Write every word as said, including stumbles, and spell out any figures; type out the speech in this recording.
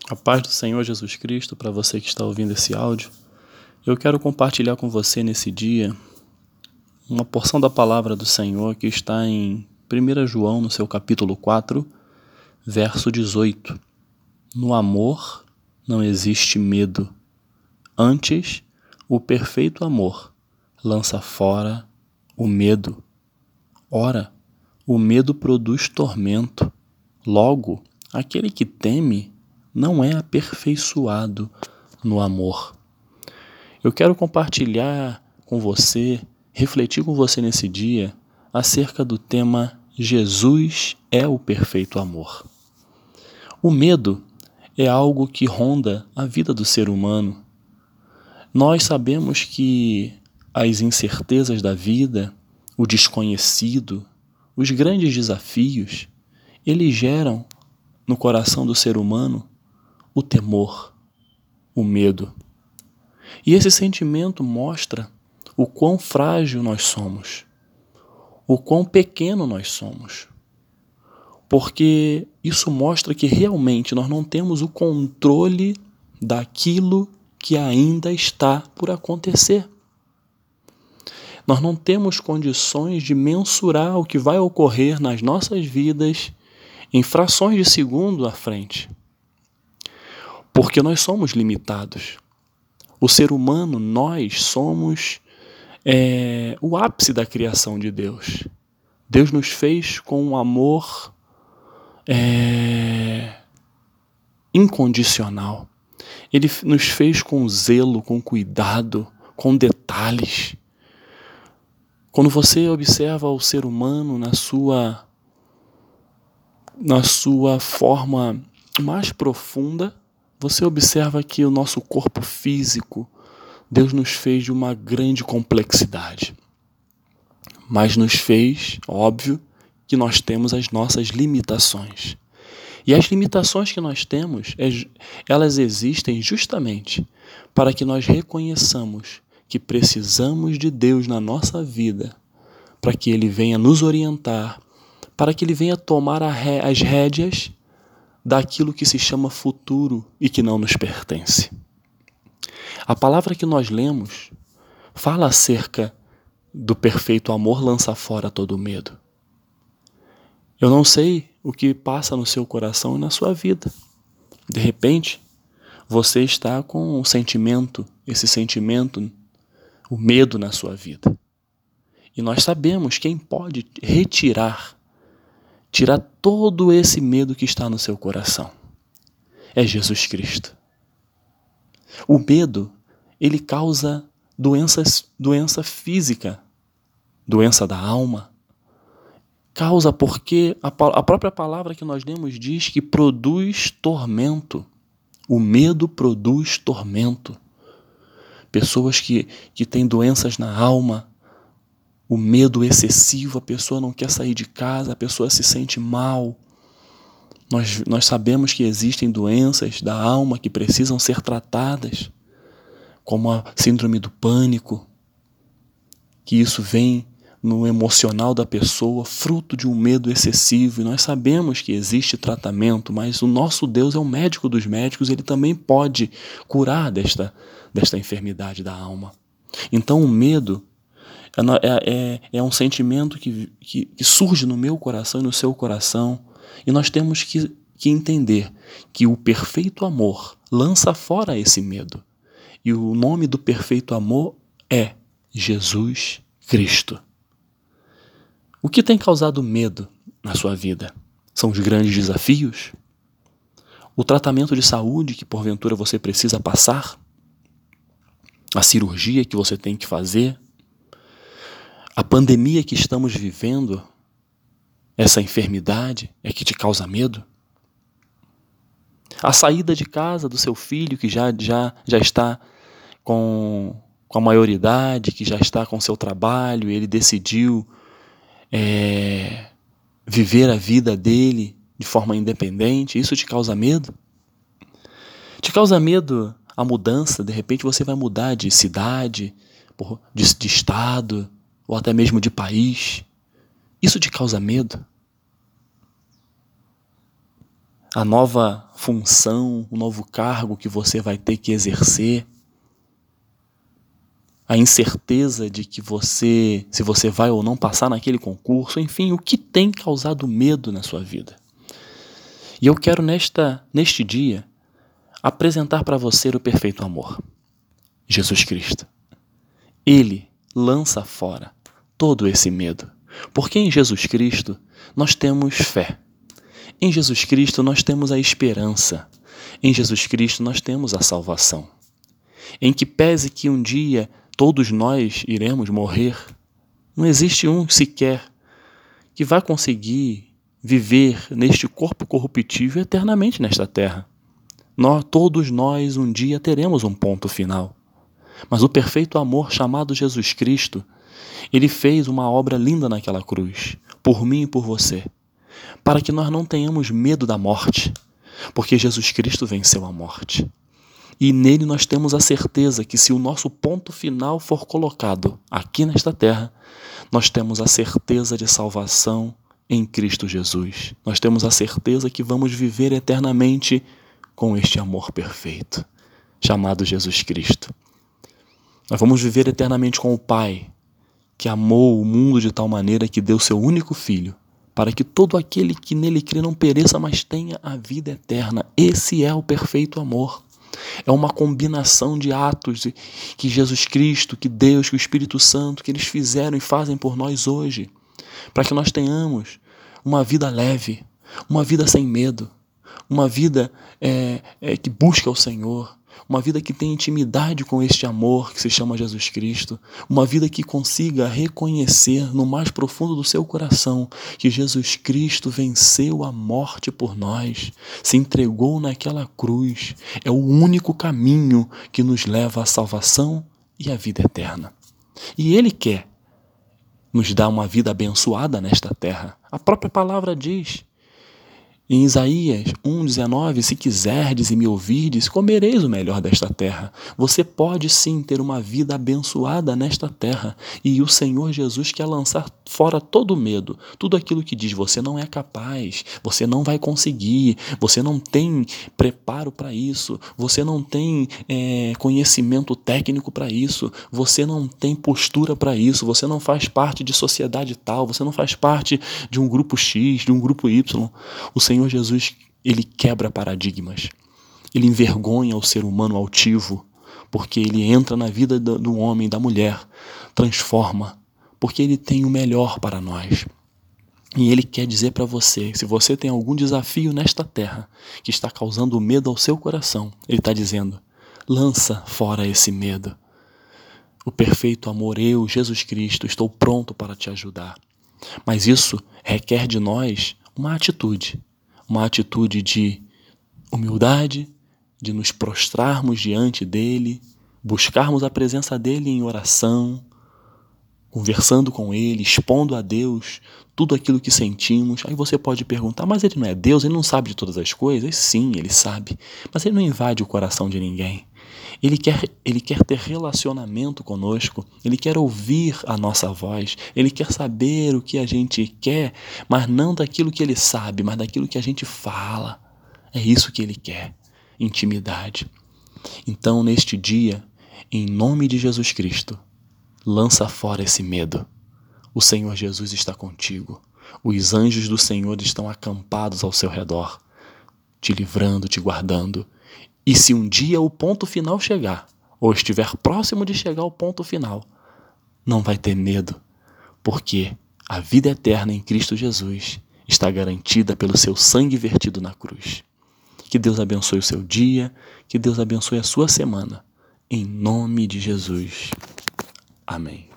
A paz do Senhor Jesus Cristo para você que está ouvindo esse áudio. Eu quero compartilhar com você nesse dia uma porção da palavra do Senhor que está em primeiro João, no seu capítulo quatro, verso dezoito. No amor não existe medo. Antes, o perfeito amor lança fora o medo. Ora, o medo produz tormento. Logo, aquele que teme não é aperfeiçoado no amor. Eu quero compartilhar com você, refletir com você nesse dia, acerca do tema Jesus é o perfeito amor. O medo é algo que ronda a vida do ser humano. Nós sabemos que as incertezas da vida, o desconhecido, os grandes desafios, eles geram no coração do ser humano o temor, o medo. E esse sentimento mostra o quão frágil nós somos, o quão pequeno nós somos. Porque isso mostra que realmente nós não temos o controle daquilo que ainda está por acontecer. Nós não temos condições de mensurar o que vai ocorrer nas nossas vidas em frações de segundo à frente. Porque nós somos limitados. O ser humano, nós somos é, o ápice da criação de Deus. Deus nos fez com um amor é, incondicional. Ele nos fez com zelo, com cuidado, com detalhes. Quando você observa o ser humano na sua, na sua forma mais profunda, você observa que o nosso corpo físico, Deus nos fez de uma grande complexidade. Mas nos fez, óbvio, que nós temos as nossas limitações. E as limitações que nós temos, elas existem justamente para que nós reconheçamos que precisamos de Deus na nossa vida, para que Ele venha nos orientar, para que Ele venha tomar as rédeas daquilo que se chama futuro e que não nos pertence. A palavra que nós lemos fala acerca do perfeito amor lança fora todo medo. Eu não sei o que passa no seu coração e na sua vida. De repente, você está com um sentimento, esse sentimento, o medo na sua vida. E nós sabemos quem pode retirar Tirar todo esse medo que está no seu coração. É Jesus Cristo. O medo, ele causa doenças, doença física, doença da alma. Causa porque a, a própria palavra que nós lemos diz que produz tormento. O medo produz tormento. Pessoas que, que têm doenças na alma, o medo excessivo, a pessoa não quer sair de casa, a pessoa se sente mal. Nós, nós sabemos que existem doenças da alma que precisam ser tratadas, como a síndrome do pânico, que isso vem no emocional da pessoa, fruto de um medo excessivo. E nós sabemos que existe tratamento, mas o nosso Deus é o médico dos médicos, Ele também pode curar desta, desta enfermidade da alma. Então o medo É, é, é um sentimento que, que, que surge no meu coração e no seu coração, e nós temos que, que entender que o perfeito amor lança fora esse medo. E o nome do perfeito amor é Jesus Cristo. O que tem causado medo na sua vida? São os grandes desafios? O tratamento de saúde que porventura você precisa passar? A cirurgia que você tem que fazer? A pandemia que estamos vivendo, essa enfermidade, é que te causa medo? A saída de casa do seu filho que já, já, já está com, com a maioridade, que já está com seu trabalho, ele decidiu é, viver a vida dele de forma independente, isso te causa medo? Te causa medo a mudança? De repente você vai mudar de cidade, de, de estado, ou até mesmo de país. Isso te causa medo? a nova função, o novo cargo que você vai ter que exercer, a incerteza de que você, se você vai ou não passar naquele concurso, enfim, o que tem causado medo na sua vida. E eu quero nesta, neste dia apresentar para você o perfeito amor, Jesus Cristo. Ele lança fora todo esse medo, porque em Jesus Cristo nós temos fé. Em Jesus Cristo nós temos a esperança. Em Jesus Cristo nós temos a salvação. Em que pese que um dia todos nós iremos morrer, não existe um sequer que vai conseguir viver neste corpo corruptível eternamente nesta terra. Nós, todos nós um dia teremos um ponto final. Mas o perfeito amor chamado Jesus Cristo, ele fez uma obra linda naquela cruz, por mim e por você, para que nós não tenhamos medo da morte, porque Jesus Cristo venceu a morte. E nele nós temos a certeza que se o nosso ponto final for colocado aqui nesta terra, nós temos a certeza de salvação em Cristo Jesus. Nós temos a certeza que vamos viver eternamente com este amor perfeito, chamado Jesus Cristo. Nós vamos viver eternamente com o Pai, que amou o mundo de tal maneira que deu seu único Filho, para que todo aquele que nele crê não pereça, mas tenha a vida eterna. Esse é o perfeito amor. É uma combinação de atos que Jesus Cristo, que Deus, que o Espírito Santo, que eles fizeram e fazem por nós hoje, para que nós tenhamos uma vida leve, uma vida sem medo, uma vida é, é, que busca o Senhor, uma vida que tem intimidade com este amor que se chama Jesus Cristo, uma vida que consiga reconhecer no mais profundo do seu coração que Jesus Cristo venceu a morte por nós, se entregou naquela cruz, é o único caminho que nos leva à salvação e à vida eterna. E Ele quer nos dar uma vida abençoada nesta terra. A própria palavra diz, em Isaías um, dezenove, se quiserdes e me ouvirdes, comereis o melhor desta terra. Você pode sim ter uma vida abençoada nesta terra. E o Senhor Jesus quer lançar fora todo o medo. Tudo aquilo que diz, você não é capaz, você não vai conseguir, você não tem preparo para isso, você não tem é, conhecimento técnico para isso, você não tem postura para isso, você não faz parte de sociedade tal, você não faz parte de um grupo X, de um grupo Y. O Senhor Senhor Jesus, ele quebra paradigmas, ele envergonha o ser humano altivo, porque ele entra na vida do homem, da mulher, transforma, porque ele tem o melhor para nós. E ele quer dizer para você, se você tem algum desafio nesta terra que está causando medo ao seu coração, ele está dizendo, lança fora esse medo. O perfeito amor, eu, Jesus Cristo, estou pronto para te ajudar. Mas isso requer de nós uma atitude. Uma atitude de humildade, de nos prostrarmos diante dele, buscarmos a presença dele em oração, conversando com ele, expondo a Deus tudo aquilo que sentimos. Aí você pode perguntar, mas ele não é Deus, ele não sabe de todas as coisas? Sim, ele sabe, mas ele não invade o coração de ninguém. Ele quer, ele quer ter relacionamento conosco, ele quer ouvir a nossa voz, ele quer saber o que a gente quer, mas não daquilo que ele sabe, mas daquilo que a gente fala. É isso que ele quer, intimidade. Então, neste dia, em nome de Jesus Cristo, lança fora esse medo. O Senhor Jesus está contigo. Os anjos do Senhor estão acampados ao seu redor, te livrando, te guardando. E se um dia o ponto final chegar, ou estiver próximo de chegar ao ponto final, não vai ter medo, porque a vida eterna em Cristo Jesus está garantida pelo seu sangue vertido na cruz. Que Deus abençoe o seu dia, que Deus abençoe a sua semana. Em nome de Jesus. Amém.